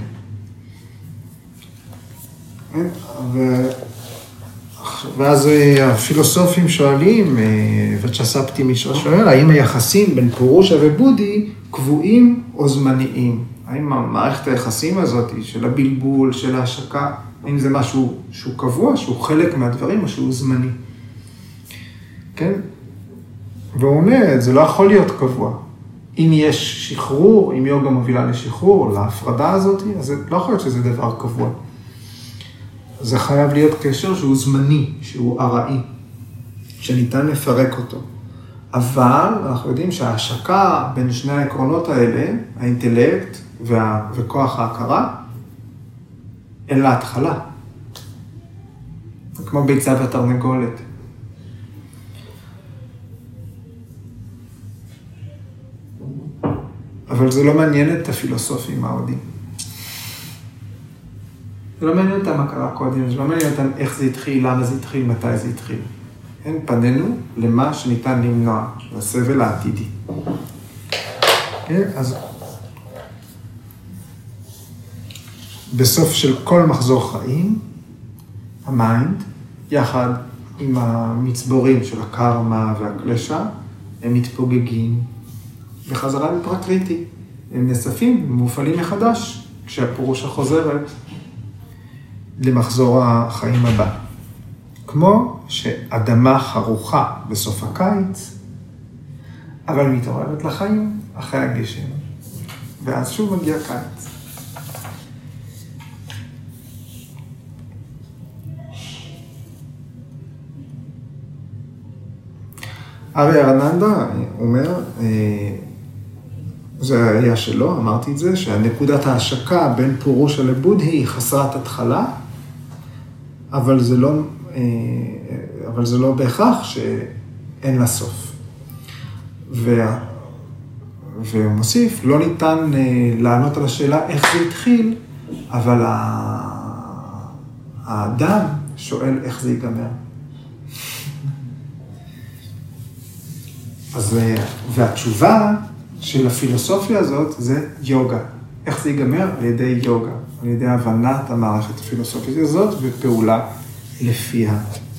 ואז הפילוסופים שואלים, וצ'ספטי מישרה שואל, האם היחסים בין פורושה ובודהי קבועים או זמניים? האם המערכת היחסים הזאת של הבלבול, של ההשקה, האם זה משהו שהוא קבוע, שהוא חלק מהדברים או שהוא זמני? כן? והוא אומר, זה לא יכול להיות קבוע. אם יש שחרור, אם יוגה מובילה לשחרור, להפרדה הזאת, אז זה לא יכול להיות שזה דבר קבוע. זה חייב להיות קשר שהוא זמני, שהוא ארעי, שניתן לפרק אותו. אבל אנחנו יודעים שההשקה בין שני העקרונות האלה, האינטלקט וכוח ההכרה, אין לה התחלה. זה כמו ביצה ותרנגולת. אבל זה לא מעניין את הפילוסופים ההודים. זה לא מעניין אותם מה קרה קודם, זה לא מעניין אותם איך זה התחיל, למה זה התחיל, מתי זה התחיל. אין פנינו למה שניתן למנוע, לסבל העתידי. אז בסוף של כל מחזור חיים, המיינד, יחד עם המצבורים של הקרמה והקלשה, הם מתפוגגים בחזרה לפרקריטי. הם נאספים ומופעלים מחדש כשהפורושה חוזרת למחזור החיים הבא. כמו שאדמה חרוכה בסוף הקיץ, אבל מתעוררת לחיים אחרי הגשם, ואז שוב מגיע קיץ. ארי ארננדה אומר, זה היה שלו, אמרתי את זה, שהנקודת ההשקה בין פורושה לבודהי היא חסרת התחלה, אבל זה לא בהכרח שאין לה סוף. והוא מוסיף, לא ניתן לענות על השאלה איך זה התחיל, אבל האדם שואל איך זה ייגמר. והתשובה של הפילוסופיה הזאת זה יוגה. איך זה ייגמר? על ידי יוגה, על ידי הבנת המערכת הפילוסופית הזאת ופעולה לפיה.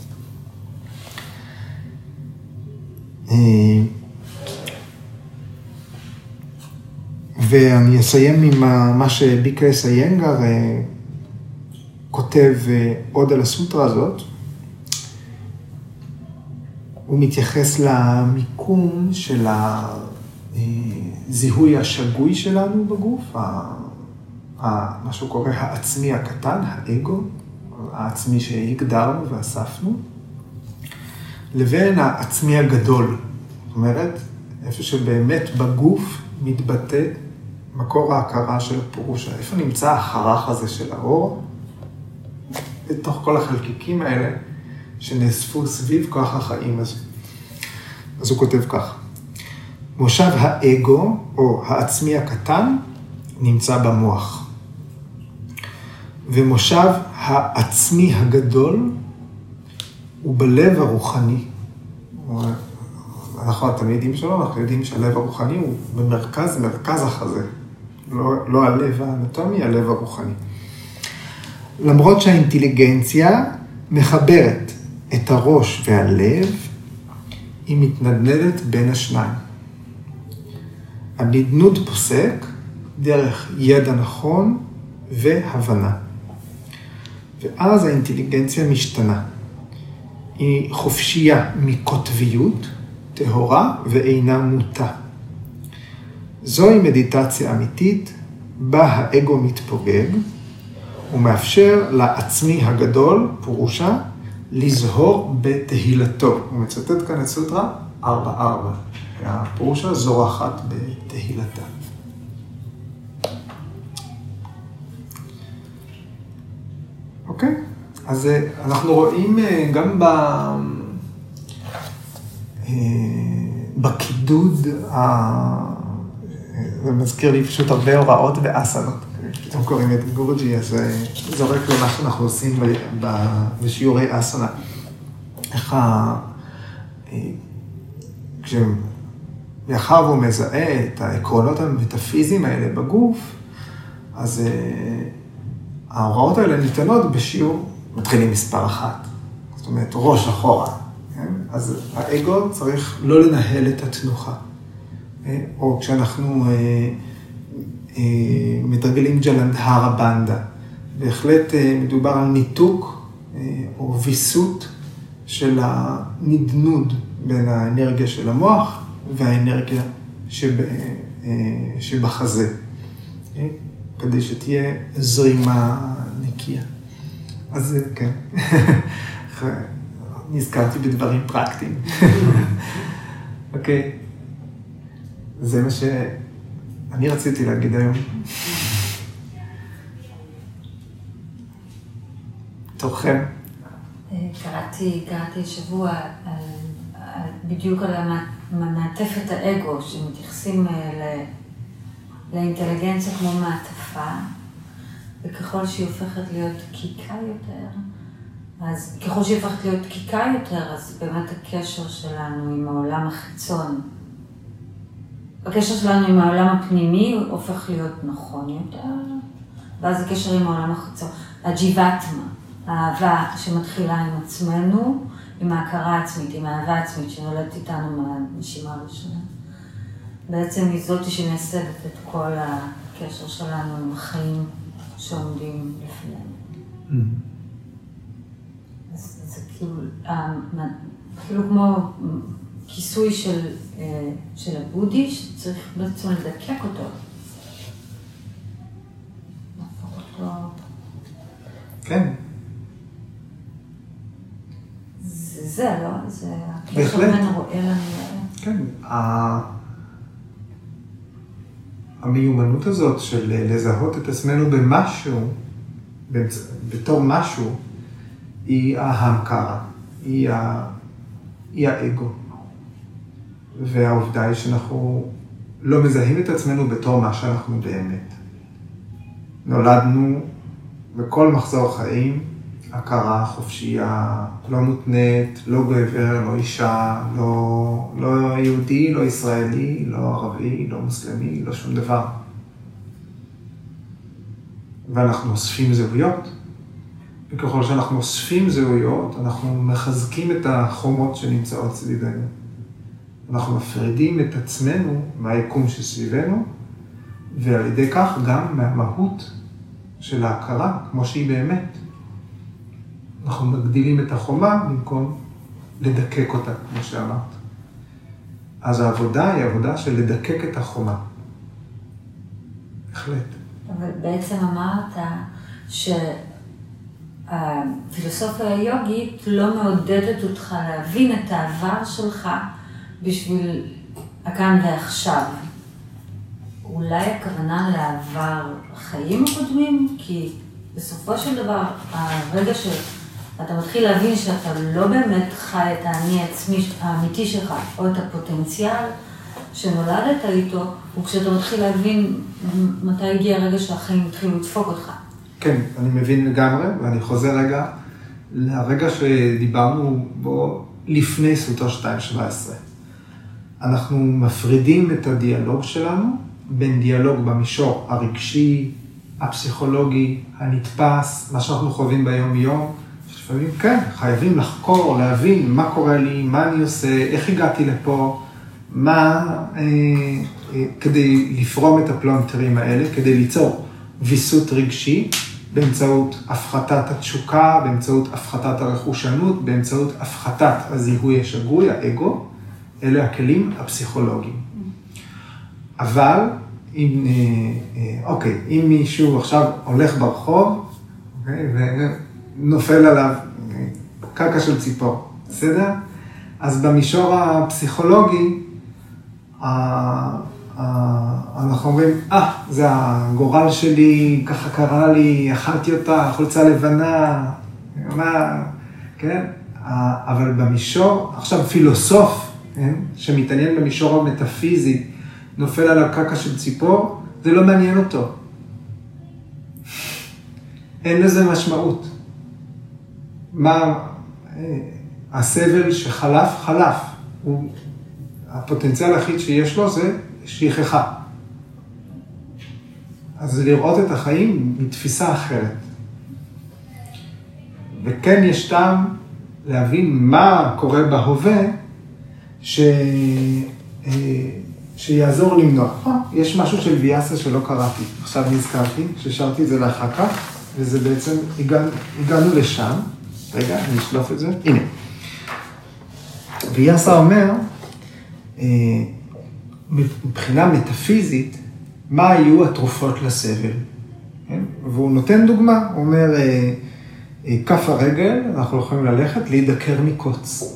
ואני אסיים עם מה שביקרס איינגר כותב עוד על הסוטרה הזאת. הוא מתייחס למיקום של הזיהוי השגוי שלנו בגוף, מה שהוא קורא העצמי הקטן, האגו, העצמי שהגדרנו ואספנו, לבין העצמי הגדול. זאת אומרת, איפה שבאמת בגוף מתבטא מקור ההכרה של הפורושה. איפה נמצא החרך הזה של האור? בתוך כל החלקיקים האלה שנאספו סביב כוח החיים הזה. אז הוא כותב כך: מושב האגו, או העצמי הקטן, נמצא במוח. ומושב העצמי הגדול הוא בלב הרוחני. אנחנו התלמידים שלו, אנחנו יודעים שהלב הרוחני הוא מרכז החזה. לא הלב האנטומי, הלב הרוחני. למרות שהאינטליגנציה מחברת את הראש והלב, היא מתנדנדת בין השניים. הנדנוד פוסק דרך ידע נכון והבנה. ואז האינטליגנציה משתנה. היא חופשייה מקוטביות, טהורה ואינה מוטה. זוהי מדיטציה אמיתית, בה האגו מתפוגג, ומאפשר לעצמי הגדול, פורושה, לזהור בתהילתו. הוא מצטט כאן את סוטרה 4.4. הפורושה זורחת בתהילתה. אוקיי? אז אנחנו רואים גם בקידוד, זה מזכיר לי פשוט הרבה הוראות באסנות. אתם קוראים את גורג'י, אז זורק למה שאנחנו עושים בשיעורי אסנה. איך מאחר והוא מזהה את העקרונות המטאפיזיים האלה בגוף, אז ההוראות האלה ניתנות בשיעור, מתחילים מספר 1. זאת אומרת, ראש אחורה. כן? אז האגו צריך לא לנהל את התנוחה. או כשאנחנו מתרגלים ג'לנדהרה בנדה, בהחלט מדובר על ניתוק או ויסות של הנדנוד בין האנרגיה של המוח והאנרגיה שבחזה, כדי שתהיה זרימה נקייה. אז כן, נזכרתי בדברים פרקטיים. אוקיי, זה מה שאני רציתי להגיד היום. תורכם. קראתי שבוע בדיוק על מעטפת האגו, שמתייחסים לאינטליגנציה כמו מעטפה, וככל שהיא הופכת להיות דקיקה יותר, אז ככל שהיא הופכת להיות דקיקה יותר, אז באמת הקשר שלנו עם העולם החיצון, הקשר שלנו עם העולם הפנימי הופך להיות נכון יותר, ואז הקשר עם העולם החיצון, הג'יבטמה, האהבה שמתחילה עם עצמנו, עם ההכרה העצמית, עם האהבה העצמית שנולדת איתנו מהנשימה הראשונה. בעצם היא זאת שמייסדת את כל הקשר שלנו עם החיים שעומדים לפנינו. אז זה כאילו כמו כיסוי של הבודי, שצריך בעצם לדקק אותו. להפוך אותו. כן. זה לא, זה הקשר בין הרואה לנראה. כן, המיומנות הזאת של לזהות את עצמנו במשהו, בתור משהו, היא ההמקרה, היא האגו. והעובדה היא שאנחנו לא מזהים את עצמנו בתור מה שאנחנו באמת. נולדנו בכל מחזור חיים, הכרה חופשייה, לא מותנית, לא גבר, לא אישה, לא יהודי, לא ישראלי, לא ערבי, לא מוסלמי, לא שום דבר. ואנחנו אוספים זהויות, וככל שאנחנו אוספים זהויות, אנחנו מחזקים את החומות שנמצאות סביבנו. אנחנו מפרידים את עצמנו מהיקום שסביבנו, ועל ידי כך גם מהמהות של ההכרה, כמו שהיא באמת. אנחנו מגדילים את החומה במקום לדקק אותה, כמו שאמרת. אז העבודה היא עבודה של לדקק את החומה. בהחלט. אבל בעצם אמרת שהפילוסופיה היוגית לא מעודדת אותך להבין את העבר שלך בשביל הכאן ועכשיו. אולי הכוונה לעבר חיים הקודמים? כי בסופו של דבר, הרגע שאתה מתחיל להבין שאתה לא באמת חי את האני העצמי האמיתי שלך, או את הפוטנציאל שנולדת איתו, הוא כשאתה מתחיל להבין מתי הגיע הרגע שהחיים התחילו לדפוק אותך. כן, אני מבין לגמרי, ואני חוזר רגע לרגע שדיברנו בו לפני סוטרה 2.17. אנחנו מפרידים את הדיאלוג שלנו בין דיאלוג במישור הרגשי, הפסיכולוגי, הנתפס, מה שאנחנו חווים ביום-יום, שלפעמים כן, חייבים לחקור, להבין מה קורה לי, מה אני עושה, איך הגעתי לפה, כדי לפרום את הפלונטרים האלה, כדי ליצור ויסות רגשי, באמצעות הפחתת התשוקה, באמצעות הפחתת הרכושנות, באמצעות הפחתת הזיהוי השגוי, האגו, אלה הכלים הפסיכולוגיים. אבל אם מישהו עכשיו הולך ברחוב, ונופל עליו קרקע של ציפור, בסדר? אז במישור הפסיכולוגי, אנחנו אומרים, זה הגורל שלי, ככה קרה לי, אכלתי אותה, חולצה לבנה, כן? אבל במישור, עכשיו פילוסוף, שמתעניין במישור המטאפיזי, נופל על הקרקע של ציפור, זה לא מעניין אותו. אין לזה משמעות. הסבל שחלף, חלף. הפוטנציאל היחיד שיש לו זה שכחה. אז לראות את החיים מתפיסה אחרת. וכן יש טעם להבין מה קורה בהווה, שיעזור למנוע. יש משהו של ויאסה שלא קראתי. עכשיו נזכרתי, ששרתי את זה לאחר כך, וזה בעצם, הגענו לשם. רגע, אני אשלוף את זה. הנה. ויאסה אומר, מבחינה מטאפיזית, מה היו התרופות לסבל? והוא נותן דוגמה, הוא אומר, כף הרגל, אנחנו יכולים ללכת, להידקר מקוץ.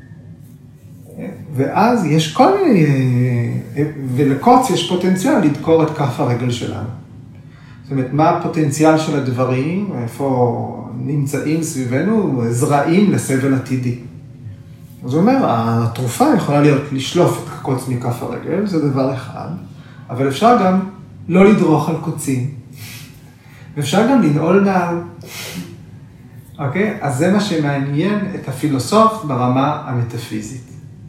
ואז יש כל מיני, ולקוץ יש פוטנציאל לדקור את כף הרגל שלנו. זאת אומרת, מה הפוטנציאל של הדברים, איפה נמצאים סביבנו, זרעים לסבל עתידי. אז הוא אומר, התרופה יכולה להיות לשלוף את הקוץ מכף הרגל, זה דבר אחד, אבל אפשר גם לא לדרוך על קוצים, ואפשר גם לנעול מעל. אוקיי? אז זה מה שמעניין את הפילוסוף ברמה המטאפיזית.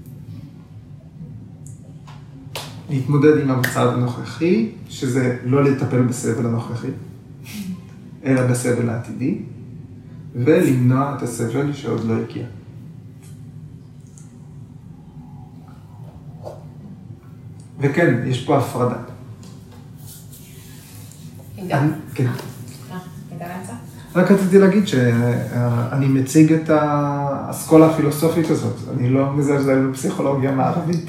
להתמודד עם המצב הנוכחי, שזה לא לטפל בסבל הנוכחי, אלא בסבל העתידי, ולמנוע את הסבל שעוד לא הגיע. וכן, יש פה הפרדה. כן. רק רציתי להגיד שאני מציג את האסכולה הפילוסופית הזאת. אני לא מזלזל בפסיכולוגיה מערבית.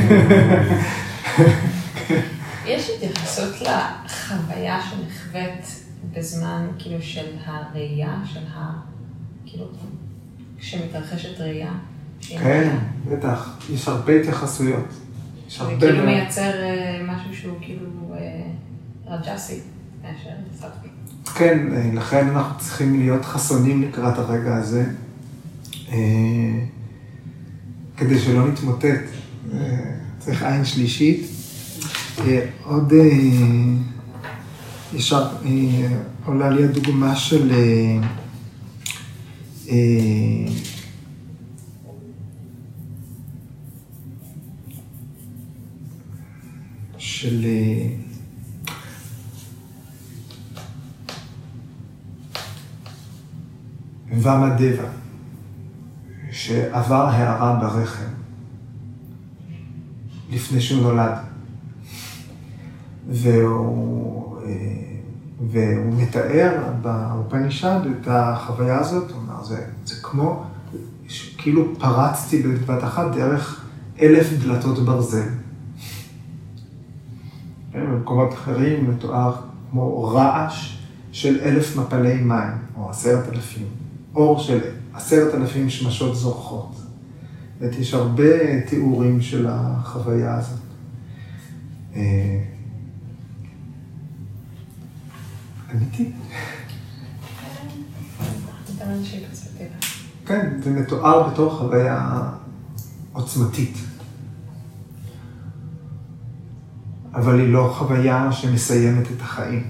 יש התייחסות לחוויה שנחווית בזמן כאילו של הראייה, כאילו כשמתרחשת ראייה. כן, בטח. יש הרבה התייחסויות. זה כאילו מייצר משהו שהוא כאילו רג'סי, מאשר סטפי. כן, לכן אנחנו צריכים להיות חסונים לקראת הרגע הזה, כדי שלא נתמוטט. צריך עין שלישית. עוד ישר עולה לי הדוגמה של ומדבה, שעבר הערה ברחם לפני שהוא נולד. והוא מתאר באופנישד את החוויה הזאת, הוא אומר, זה כמו, כאילו פרצתי בבת אחת דרך 1000 דלתות ברזל. במקומות אחרים מתואר כמו רעש של 1,000 מפלי מים, או 10,000, אור של 10,000 שמשות זורחות. יש הרבה תיאורים של החוויה הזאת. עניתי? כן, זה מתואר בתור חוויה עוצמתית. אבל היא לא חוויה שמסיימת את החיים.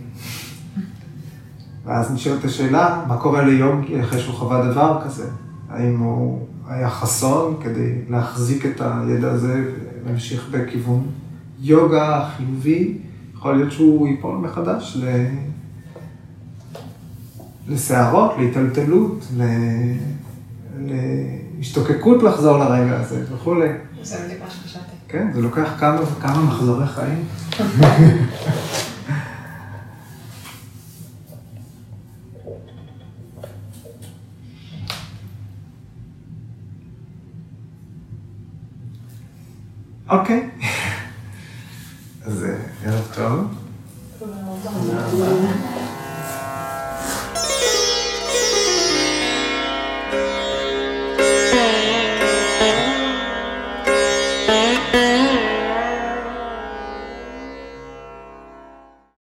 ואז נשאלת השאלה, מה קורה ליוגי אחרי שהוא חווה דבר כזה? האם הוא היה חסון כדי להחזיק את הידע הזה ולהמשיך בכיוון יוגה חיובי? יכול להיות שהוא ייפול מחדש לסערות, להתלתלות, להשתוקקות לחזור לרגע הזה וכו'. זה בדיוק מה שחשבתי. כן, זה לוקח כמה וכמה מחזורי חיים. אוקיי. אז ערב טוב. תודה רבה.